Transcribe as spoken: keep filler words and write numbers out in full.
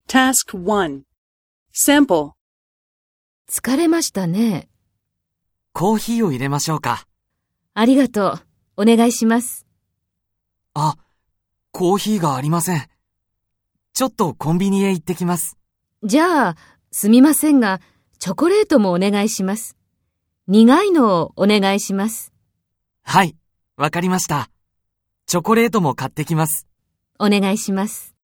Task one. Sample. 疲れましたね。 コーヒーを入れましょうか。 ありがとう。お願いします。 あ、コーヒーがありません。ちょっとコンビニへ行ってきます。 じゃあ、すみませんが、チョコレートもお願いします。苦いのをお願いします。 はい、わかりました。チョコレートも買ってきます。 お願いします。